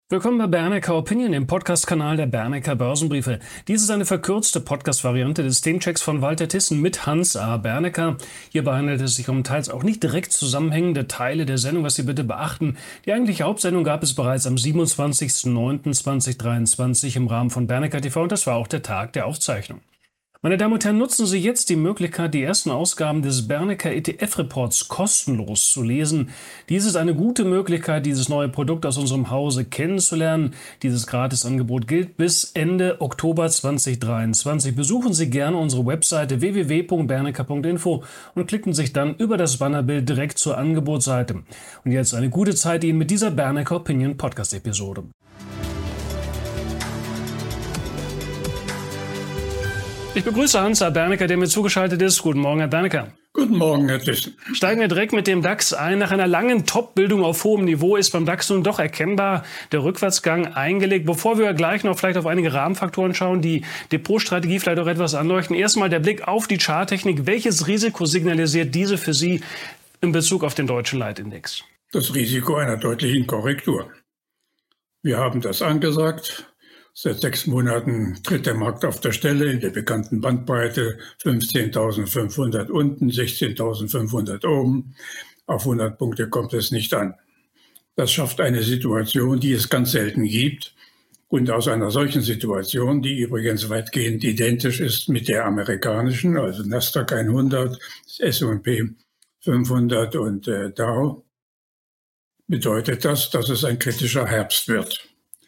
Willkommen bei Bernecker Opinion, dem Podcast-Kanal der Bernecker Börsenbriefe. Dies ist eine verkürzte Podcast-Variante des Themenchecks von Walter Thyssen mit Hans A. Bernecker. Hierbei handelt es sich um teils auch nicht direkt zusammenhängende Teile der Sendung, was Sie bitte beachten. Die eigentliche Hauptsendung gab es bereits am 27.09.2023 im Rahmen von Bernecker TV und das war auch der Tag der Aufzeichnung. Meine Damen und Herren, nutzen Sie jetzt die Möglichkeit, die ersten Ausgaben des Bernecker ETF-Reports kostenlos zu lesen. Dies ist eine gute Möglichkeit, dieses neue Produkt aus unserem Hause kennenzulernen. Dieses Gratisangebot gilt bis Ende Oktober 2023. Besuchen Sie gerne unsere Webseite www.bernecker.info und klicken sich dann über das Bannerbild direkt zur Angebotsseite. Und jetzt eine gute Zeit Ihnen mit dieser Bernecker Opinion Podcast-Episode. Ich begrüße Hans A. Bernecker, der mir zugeschaltet ist. Guten Morgen, Herr Bernecker. Guten Morgen, Herr Thyssen. Steigen wir direkt mit dem DAX ein. Nach einer langen Top-Bildung auf hohem Niveau ist beim DAX nun doch erkennbar der Rückwärtsgang eingelegt. Bevor wir gleich noch vielleicht auf einige Rahmenfaktoren schauen, die Depotstrategie vielleicht auch etwas anleuchten. Erstmal der Blick auf die Charttechnik. Welches Risiko signalisiert diese für Sie in Bezug auf den deutschen Leitindex? Das Risiko einer deutlichen Korrektur. Wir haben das angesagt. Seit 6 Monaten tritt der Markt auf der Stelle in der bekannten Bandbreite 15.500 unten, 16.500 oben. Auf 100 Punkte kommt es nicht an. Das schafft eine Situation, die es ganz selten gibt. Und aus einer solchen Situation, die übrigens weitgehend identisch ist mit der amerikanischen, also Nasdaq 100, S&P 500 und Dow, bedeutet das, dass es ein kritischer Herbst wird.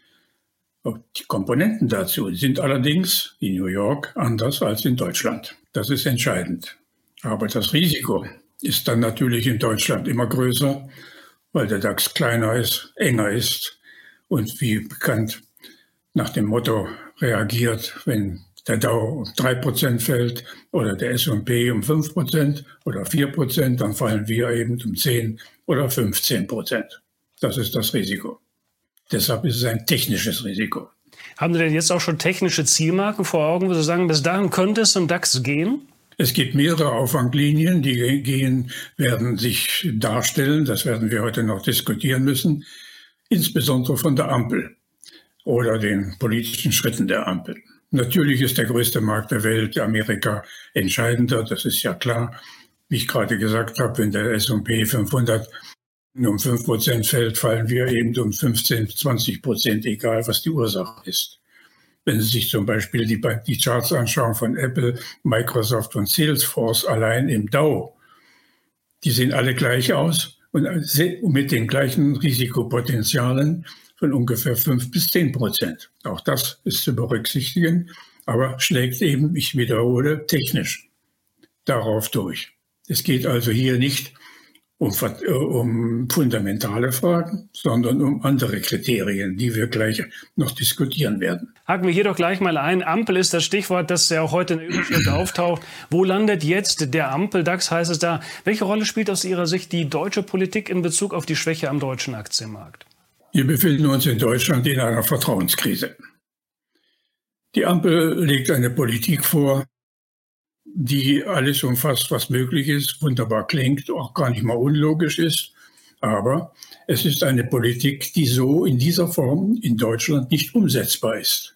Die Komponenten dazu sind allerdings in New York anders als in Deutschland. Das ist entscheidend. Aber das Risiko ist dann natürlich in Deutschland immer größer, weil der DAX kleiner ist, enger ist und wie bekannt nach dem Motto reagiert, wenn der Dow um 3% fällt oder der S&P um 5% oder 4%, dann fallen wir eben um 10 oder 15%. Das ist das Risiko. Deshalb ist es ein technisches Risiko. Haben Sie denn jetzt auch schon technische Zielmarken vor Augen, wo Sie sagen, bis dahin könnte es im DAX gehen? Es gibt mehrere Auffanglinien, die werden sich darstellen. Das werden wir heute noch diskutieren müssen. Insbesondere von der Ampel oder den politischen Schritten der Ampel. Natürlich ist der größte Markt der Welt, Amerika, entscheidender. Das ist ja klar. Wie ich gerade gesagt habe, wenn der S&P 500 um 5% fällt, fallen wir eben um 15-20%, egal was die Ursache ist. Wenn Sie sich zum Beispiel die Charts anschauen von Apple, Microsoft und Salesforce allein im Dow, die sehen alle gleich aus und mit den gleichen Risikopotenzialen von ungefähr 5-10%. Auch das ist zu berücksichtigen, aber schlägt eben, ich wiederhole, technisch darauf durch. Es geht also hier nicht um fundamentale Fragen, sondern um andere Kriterien, die wir gleich noch diskutieren werden. Haken wir hier doch gleich mal ein. Ampel ist das Stichwort, das ja auch heute in der Überschrift auftaucht. Wo landet jetzt der Ampel-DAX, heißt es da? Welche Rolle spielt aus Ihrer Sicht die deutsche Politik in Bezug auf die Schwäche am deutschen Aktienmarkt? Wir befinden uns in Deutschland in einer Vertrauenskrise. Die Ampel legt eine Politik vor, die alles umfasst, was möglich ist, wunderbar klingt, auch gar nicht mal unlogisch ist. Aber es ist eine Politik, die so in dieser Form in Deutschland nicht umsetzbar ist.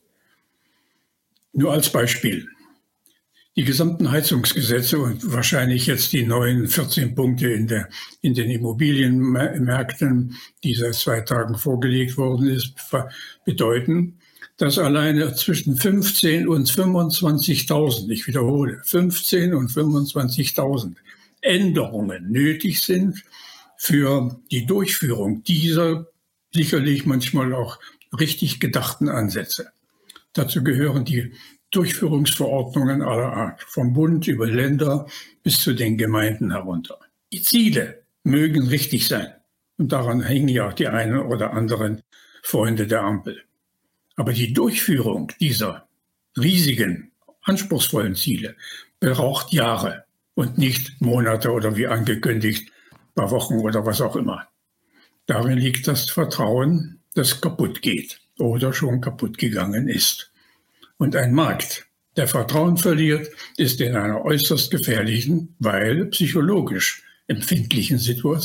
Nur als Beispiel. Die gesamten Heizungsgesetze und wahrscheinlich jetzt die neuen 14 Punkte in den Immobilienmärkten, die seit 2 Tagen vorgelegt worden ist, bedeuten, dass alleine zwischen 15 und 25.000, ich wiederhole, 15 und 25.000 Änderungen nötig sind für die Durchführung dieser sicherlich manchmal auch richtig gedachten Ansätze. Dazu gehören die Durchführungsverordnungen aller Art, vom Bund über Länder bis zu den Gemeinden herunter. Die Ziele mögen richtig sein und daran hängen ja auch die einen oder anderen Freunde der Ampel. Aber die Durchführung dieser riesigen, anspruchsvollen Ziele braucht Jahre und nicht Monate oder wie angekündigt, ein paar Wochen oder was auch immer. Darin liegt das Vertrauen, das kaputt geht oder schon kaputt gegangen ist. Und ein Markt, der Vertrauen verliert, ist in einer äußerst gefährlichen, weil psychologisch empfindlichen Situation.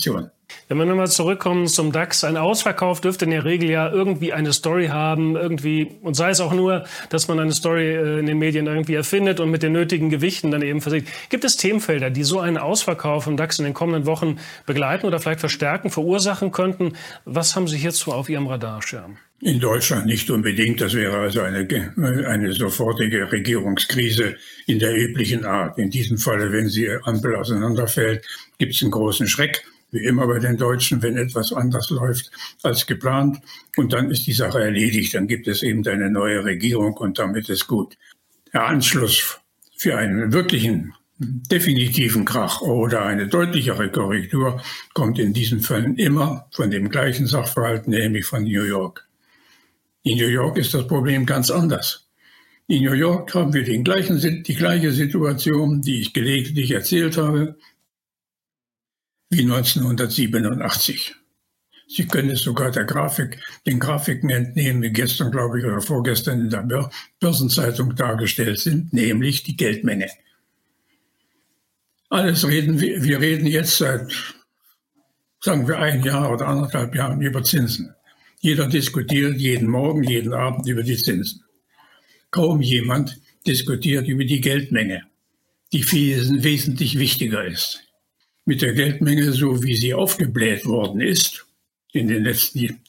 Wenn wir nochmal zurückkommen zum DAX, ein Ausverkauf dürfte in der Regel ja irgendwie eine Story haben, irgendwie, und sei es auch nur, dass man eine Story in den Medien irgendwie erfindet und mit den nötigen Gewichten dann eben versiegt. Gibt es Themenfelder, die so einen Ausverkauf im DAX in den kommenden Wochen begleiten oder vielleicht verstärken, verursachen könnten? Was haben Sie hierzu auf Ihrem Radarschirm? In Deutschland nicht unbedingt. Das wäre also eine sofortige Regierungskrise in der üblichen Art. In diesem Falle, wenn die Ampel auseinanderfällt, gibt es einen großen Schreck. Wie immer bei den Deutschen, wenn etwas anders läuft als geplant. Und dann ist die Sache erledigt. Dann gibt es eben eine neue Regierung und damit ist gut. Der Anschluss für einen wirklichen, definitiven Krach oder eine deutlichere Korrektur kommt in diesen Fällen immer von dem gleichen Sachverhalt, nämlich von New York. In New York ist das Problem ganz anders. In New York haben wir die gleiche Situation, die ich gelegentlich erzählt habe, wie 1987. Sie können es sogar den Grafiken entnehmen, die gestern, glaube ich, oder vorgestern in der Börsenzeitung dargestellt sind, nämlich die Geldmenge. Wir reden jetzt seit, sagen wir, 1 Jahr oder 1,5 Jahren über Zinsen. Jeder diskutiert jeden Morgen, jeden Abend über die Zinsen. Kaum jemand diskutiert über die Geldmenge, die wesentlich wichtiger ist. Mit der Geldmenge, so wie sie aufgebläht worden ist, in den letzten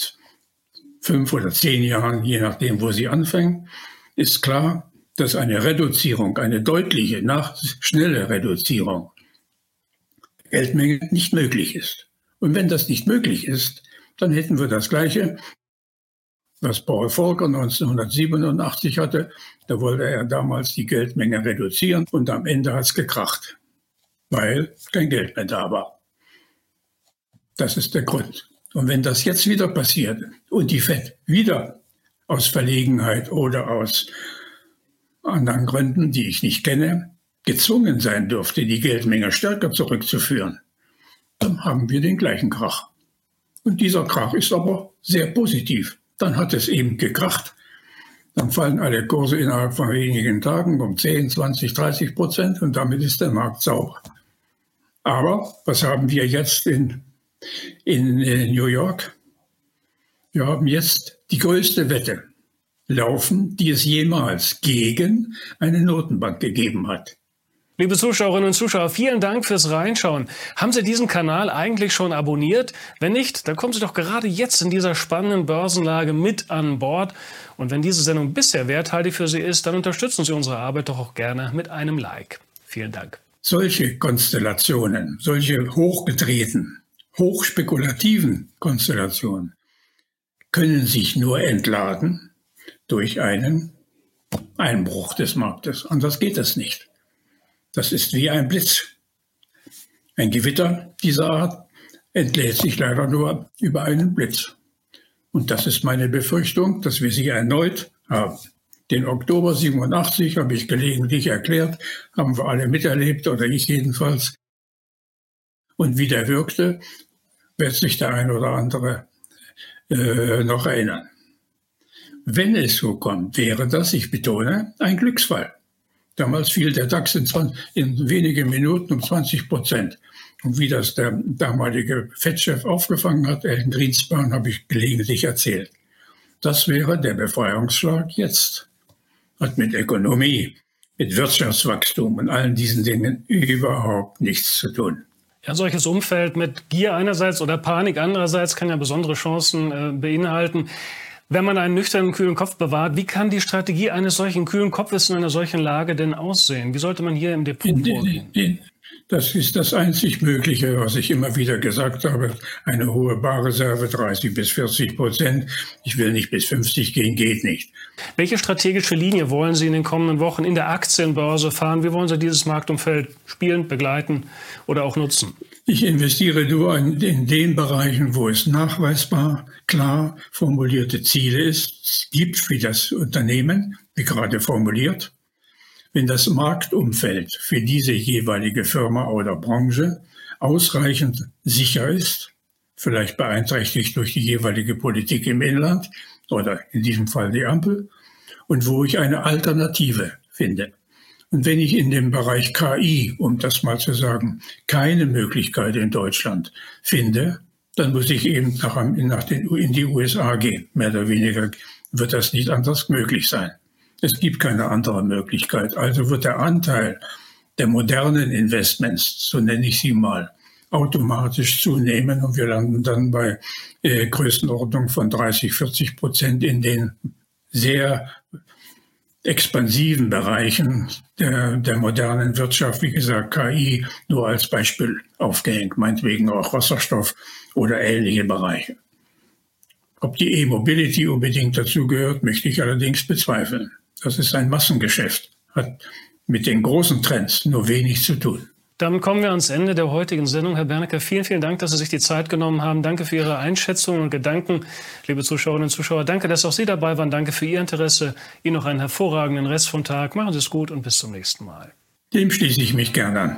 5 oder 10 Jahren, je nachdem, wo sie anfängt, ist klar, dass eine Reduzierung, eine deutliche, schnelle Reduzierung der Geldmenge nicht möglich ist. Und wenn das nicht möglich ist, dann hätten wir das Gleiche, was Paul Volcker 1987 hatte. Da wollte er damals die Geldmenge reduzieren und am Ende hat es gekracht, weil kein Geld mehr da war. Das ist der Grund. Und wenn das jetzt wieder passiert und die FED wieder aus Verlegenheit oder aus anderen Gründen, die ich nicht kenne, gezwungen sein dürfte, die Geldmenge stärker zurückzuführen, dann haben wir den gleichen Krach. Und dieser Krach ist aber sehr positiv. Dann hat es eben gekracht. Dann fallen alle Kurse innerhalb von wenigen Tagen um 10, 20, 30% und damit ist der Markt sauber. Aber was haben wir jetzt in New York? Wir haben jetzt die größte Wette laufen, die es jemals gegen eine Notenbank gegeben hat. Liebe Zuschauerinnen und Zuschauer, vielen Dank fürs Reinschauen. Haben Sie diesen Kanal eigentlich schon abonniert? Wenn nicht, dann kommen Sie doch gerade jetzt in dieser spannenden Börsenlage mit an Bord. Und wenn diese Sendung bisher werthaltig für Sie ist, dann unterstützen Sie unsere Arbeit doch auch gerne mit einem Like. Vielen Dank. Solche Konstellationen, solche hochgedrehten, hochspekulativen Konstellationen können sich nur entladen durch einen Einbruch des Marktes. Anders geht es nicht. Das ist wie ein Blitz. Ein Gewitter dieser Art entlädt sich leider nur über einen Blitz. Und das ist meine Befürchtung, dass wir sie erneut haben. Den Oktober 87 habe ich gelegentlich erklärt, haben wir alle miterlebt, oder ich jedenfalls. Und wie der wirkte, wird sich der ein oder andere noch erinnern. Wenn es so kommt, wäre das, ich betone, ein Glücksfall. Damals fiel der DAX in wenigen Minuten um 20%. Und wie das der damalige FED-Chef aufgefangen hat, Alan Greenspan, habe ich gelegentlich erzählt. Das wäre der Befreiungsschlag jetzt. Hat mit Ökonomie, mit Wirtschaftswachstum und allen diesen Dingen überhaupt nichts zu tun. Ja, ein solches Umfeld mit Gier einerseits oder Panik andererseits kann ja besondere Chancen beinhalten. Wenn man einen nüchternen, kühlen Kopf bewahrt, wie kann die Strategie eines solchen kühlen Kopfes in einer solchen Lage denn aussehen? Wie sollte man hier im Depot vorgehen? Das ist das einzig Mögliche, was ich immer wieder gesagt habe. Eine hohe Barreserve, 30-40%. Ich will nicht bis 50 gehen, geht nicht. Welche strategische Linie wollen Sie in den kommenden Wochen in der Aktienbörse fahren? Wie wollen Sie dieses Marktumfeld spielen, begleiten oder auch nutzen? Ich investiere nur in den Bereichen, wo es nachweisbar, klar formulierte Ziele gibt für das Unternehmen, wie gerade formuliert. Wenn das Marktumfeld für diese jeweilige Firma oder Branche ausreichend sicher ist, vielleicht beeinträchtigt durch die jeweilige Politik im Inland oder in diesem Fall die Ampel, und wo ich eine Alternative finde. Und wenn ich in dem Bereich KI, um das mal zu sagen, keine Möglichkeit in Deutschland finde, dann muss ich eben in die USA gehen. Mehr oder weniger wird das nicht anders möglich sein. Es gibt keine andere Möglichkeit. Also wird der Anteil der modernen Investments, so nenne ich sie mal, automatisch zunehmen und wir landen dann bei Größenordnung von 30-40% in den sehr expansiven Bereichen der modernen Wirtschaft, wie gesagt, KI nur als Beispiel aufgehängt, meinetwegen auch Wasserstoff oder ähnliche Bereiche. Ob die E-Mobility unbedingt dazu gehört, möchte ich allerdings bezweifeln. Das ist ein Massengeschäft, hat mit den großen Trends nur wenig zu tun. Damit kommen wir ans Ende der heutigen Sendung. Herr Bernecker, vielen, vielen Dank, dass Sie sich die Zeit genommen haben. Danke für Ihre Einschätzungen und Gedanken. Liebe Zuschauerinnen und Zuschauer, danke, dass auch Sie dabei waren. Danke für Ihr Interesse. Ihnen noch einen hervorragenden Rest vom Tag. Machen Sie es gut und bis zum nächsten Mal. Dem schließe ich mich gerne an.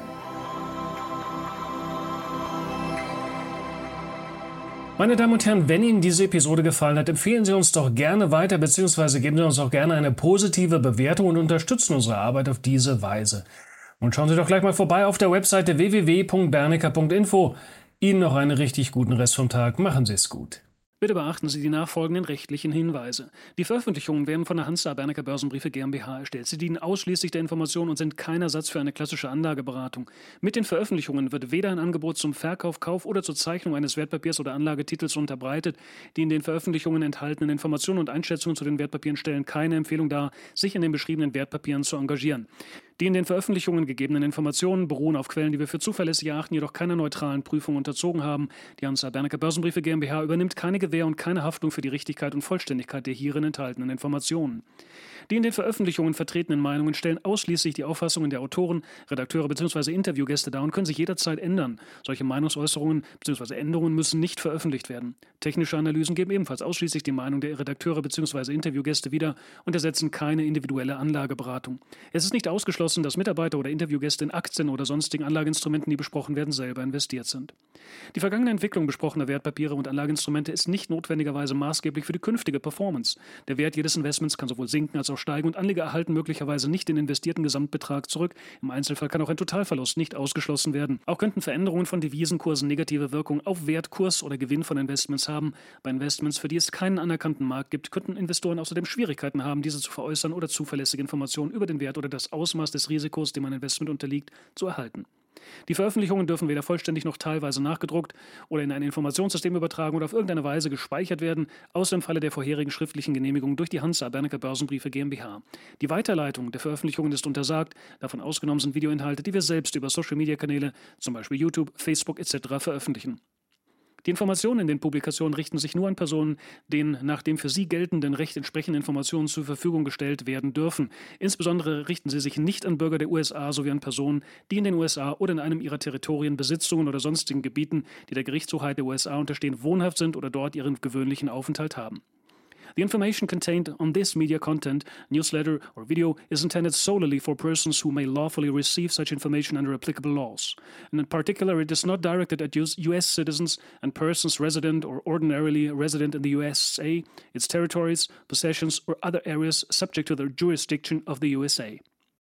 Meine Damen und Herren, wenn Ihnen diese Episode gefallen hat, empfehlen Sie uns doch gerne weiter, beziehungsweise geben Sie uns auch gerne eine positive Bewertung und unterstützen unsere Arbeit auf diese Weise. Und schauen Sie doch gleich mal vorbei auf der Webseite www.bernecker.info. Ihnen noch einen richtig guten Rest vom Tag. Machen Sie es gut. Bitte beachten Sie die nachfolgenden rechtlichen Hinweise. Die Veröffentlichungen werden von der Hansa Bernecker Börsenbriefe GmbH erstellt. Sie dienen ausschließlich der Information und sind kein Ersatz für eine klassische Anlageberatung. Mit den Veröffentlichungen wird weder ein Angebot zum Verkauf, Kauf oder zur Zeichnung eines Wertpapiers oder Anlagetitels unterbreitet. Die in den Veröffentlichungen enthaltenen Informationen und Einschätzungen zu den Wertpapieren stellen keine Empfehlung dar, sich in den beschriebenen Wertpapieren zu engagieren. Die in den Veröffentlichungen gegebenen Informationen beruhen auf Quellen, die wir für zuverlässig erachten, jedoch keiner neutralen Prüfung unterzogen haben. Die Hansa Bernecker Börsenbriefe GmbH übernimmt keine Gewähr und keine Haftung für die Richtigkeit und Vollständigkeit der hierin enthaltenen Informationen. Die in den Veröffentlichungen vertretenen Meinungen stellen ausschließlich die Auffassungen der Autoren, Redakteure bzw. Interviewgäste dar und können sich jederzeit ändern. Solche Meinungsäußerungen bzw. Änderungen müssen nicht veröffentlicht werden. Technische Analysen geben ebenfalls ausschließlich die Meinung der Redakteure bzw. Interviewgäste wieder und ersetzen keine individuelle Anlageberatung. Es ist nicht ausgeschlossen, dass Mitarbeiter oder Interviewgäste in Aktien oder sonstigen Anlageinstrumenten, die besprochen werden, selber investiert sind. Die vergangene Entwicklung besprochener Wertpapiere und Anlageinstrumente ist nicht notwendigerweise maßgeblich für die künftige Performance. Der Wert jedes Investments kann sowohl sinken als auch steigen und Anleger erhalten möglicherweise nicht den investierten Gesamtbetrag zurück. Im Einzelfall kann auch ein Totalverlust nicht ausgeschlossen werden. Auch könnten Veränderungen von Devisenkursen negative Wirkung auf Wert, Kurs oder Gewinn von Investments haben. Bei Investments, für die es keinen anerkannten Markt gibt, könnten Investoren außerdem Schwierigkeiten haben, diese zu veräußern oder zuverlässige Informationen über den Wert oder das Ausmaß des Risikos, dem ein Investment unterliegt, zu erhalten. Die Veröffentlichungen dürfen weder vollständig noch teilweise nachgedruckt oder in ein Informationssystem übertragen oder auf irgendeine Weise gespeichert werden, außer im Falle der vorherigen schriftlichen Genehmigung durch die Hansa Bernecker Börsenbriefe GmbH. Die Weiterleitung der Veröffentlichungen ist untersagt, davon ausgenommen sind Videoinhalte, die wir selbst über Social-Media-Kanäle, zum Beispiel YouTube, Facebook etc. veröffentlichen. Die Informationen in den Publikationen richten sich nur an Personen, denen nach dem für sie geltenden Recht entsprechende Informationen zur Verfügung gestellt werden dürfen. Insbesondere richten sie sich nicht an Bürger der USA sowie an Personen, die in den USA oder in einem ihrer Territorien, Besitzungen oder sonstigen Gebieten, die der Gerichtshoheit der USA unterstehen, wohnhaft sind oder dort ihren gewöhnlichen Aufenthalt haben. The information contained on this media content, newsletter, or video is intended solely for persons who may lawfully receive such information under applicable laws. And in particular, it is not directed at U.S. citizens and persons resident or ordinarily resident in the USA, its territories, possessions, or other areas subject to the jurisdiction of the USA.